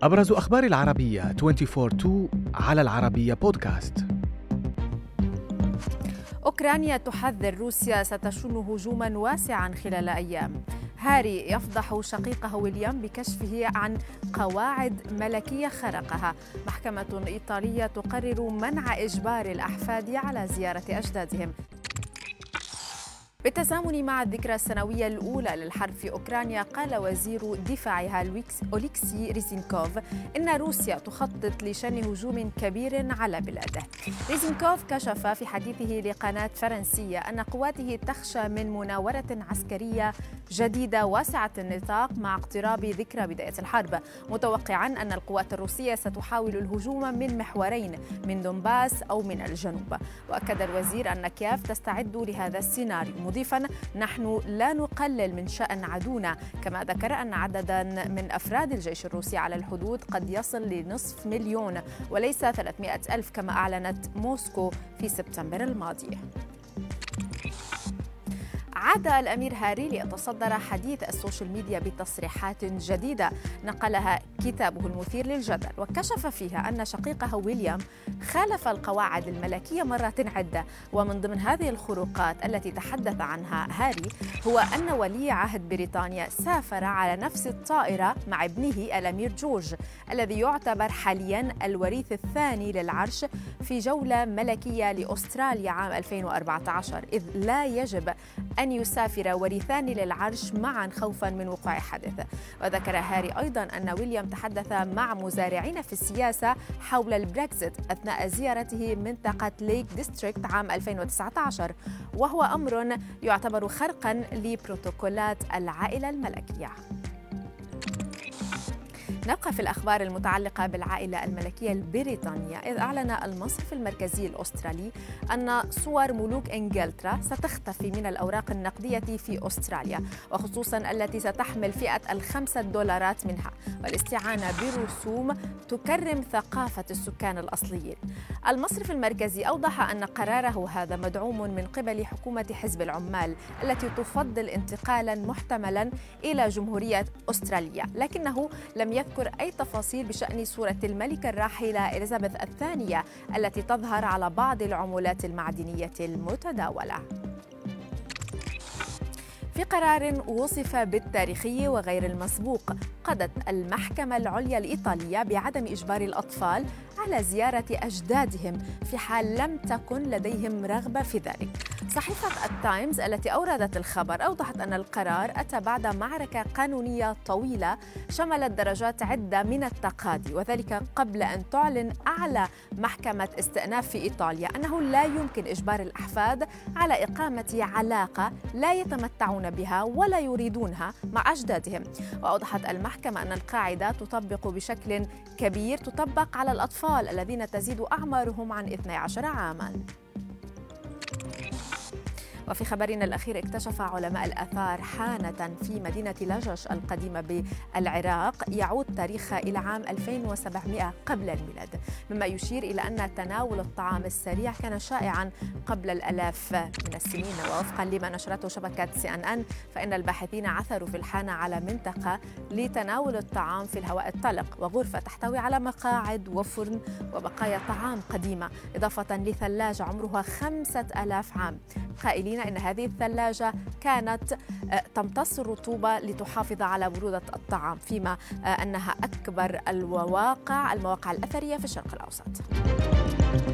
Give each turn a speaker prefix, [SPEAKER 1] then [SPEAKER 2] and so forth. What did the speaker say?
[SPEAKER 1] أبرز أخبار العربية 24/2 على العربية بودكاست.
[SPEAKER 2] أوكرانيا تحذر روسيا ستشن هجوما واسعا خلال أيام. هاري يفضح شقيقه ويليام بكشفه عن قواعد ملكية خرقها. محكمة إيطالية تقرر منع إجبار الأحفاد على زيارة أجدادهم. بالتزامن مع الذكرى السنوية الأولى للحرب في أوكرانيا، قال وزير دفاعها أوليكسي ريزينكوف إن روسيا تخطط لشن هجوم كبير على بلاده. ريزينكوف كشف في حديثه لقناة فرنسية أن قواته تخشى من مناورة عسكرية جديدة واسعة النطاق مع اقتراب ذكرى بداية الحرب، متوقعا أن القوات الروسية ستحاول الهجوم من محورين، من دونباس أو من الجنوب. وأكد الوزير أن كييف تستعد لهذا السيناريو، مضيفاً: نحن لا نقلل من شأن عدونا. كما ذكر أن عدداً من أفراد الجيش الروسي على الحدود قد يصل لنصف مليون وليس 300,000 كما أعلنت موسكو في سبتمبر الماضي. عاد الأمير هاري ليتصدر حديث السوشيال ميديا بتصريحات جديدة نقلها كتابه المثير للجدل، وكشف فيها أن شقيقه ويليام خالف القواعد الملكية مرات عدة. ومن ضمن هذه الخروقات التي تحدث عنها هاري هو أن ولي عهد بريطانيا سافر على نفس الطائرة مع ابنه الأمير جورج الذي يعتبر حالياً الوريث الثاني للعرش في جولة ملكية لأستراليا عام 2014، إذ لا يجب أن يسافر وريثان للعرش معا خوفا من وقوع حادث. وذكر هاري أيضا أن ويليام تحدث مع مزارعين في السياسة حول البريكزيت أثناء زيارته منطقة ليك ديستريكت عام 2019، وهو أمر يعتبر خرقا لبروتوكولات العائلة الملكية. نبقى في الأخبار المتعلقة بالعائلة الملكية البريطانية، إذ أعلن المصرف المركزي الأسترالي أن صور ملوك إنجلترا ستختفي من الأوراق النقدية في أستراليا، وخصوصاً التي ستحمل فئة $5 منها، والاستعانة برسوم تكرم ثقافة السكان الأصليين. المصرف المركزي أوضح أن قراره هذا مدعوم من قبل حكومة حزب العمال التي تفضل انتقالاً محتملاً إلى جمهورية أستراليا، لكنه لم يذكر أي تفاصيل بشأن صورة الملكة الراحلة إليزابيث الثانية التي تظهر على بعض العملات المعدنية المتداولة. في قرار وصف بالتاريخي وغير المسبوق، قضت المحكمة العليا الإيطالية بعدم إجبار الأطفال على زيارة أجدادهم في حال لم تكن لديهم رغبة في ذلك. صحيفة التايمز التي أوردت الخبر أوضحت أن القرار أتى بعد معركة قانونية طويلة شملت درجات عدة من التقاضي، وذلك قبل أن تعلن أعلى محكمة استئناف في إيطاليا أنه لا يمكن إجبار الأحفاد على إقامة علاقة لا يتمتعون بها ولا يريدونها مع أجدادهم. وأوضحت المحكمة أن القاعدة تطبق بشكل كبير تطبق على الأطفال الذين تزيد أعمارهم عن 12 عاماً. وفي خبرنا الأخير، اكتشف علماء الآثار حانة في مدينة لاجش القديمة بالعراق يعود تاريخها إلى عام 2700 قبل الميلاد، مما يشير إلى أن تناول الطعام السريع كان شائعاً قبل الآلاف من السنين. ووفقاً لما نشرته شبكة CNN، فإن الباحثين عثروا في الحانة على منطقة لتناول الطعام في الهواء الطلق، وغرفة تحتوي على مقاعد وفرن وبقايا طعام قديمة، إضافة لثلاجة عمرها 5000 عام، قائلين إن هذه الثلاجة كانت تمتص الرطوبة لتحافظ على برودة الطعام، فيما أنها أكبر المواقع الأثرية في الشرق الأوسط.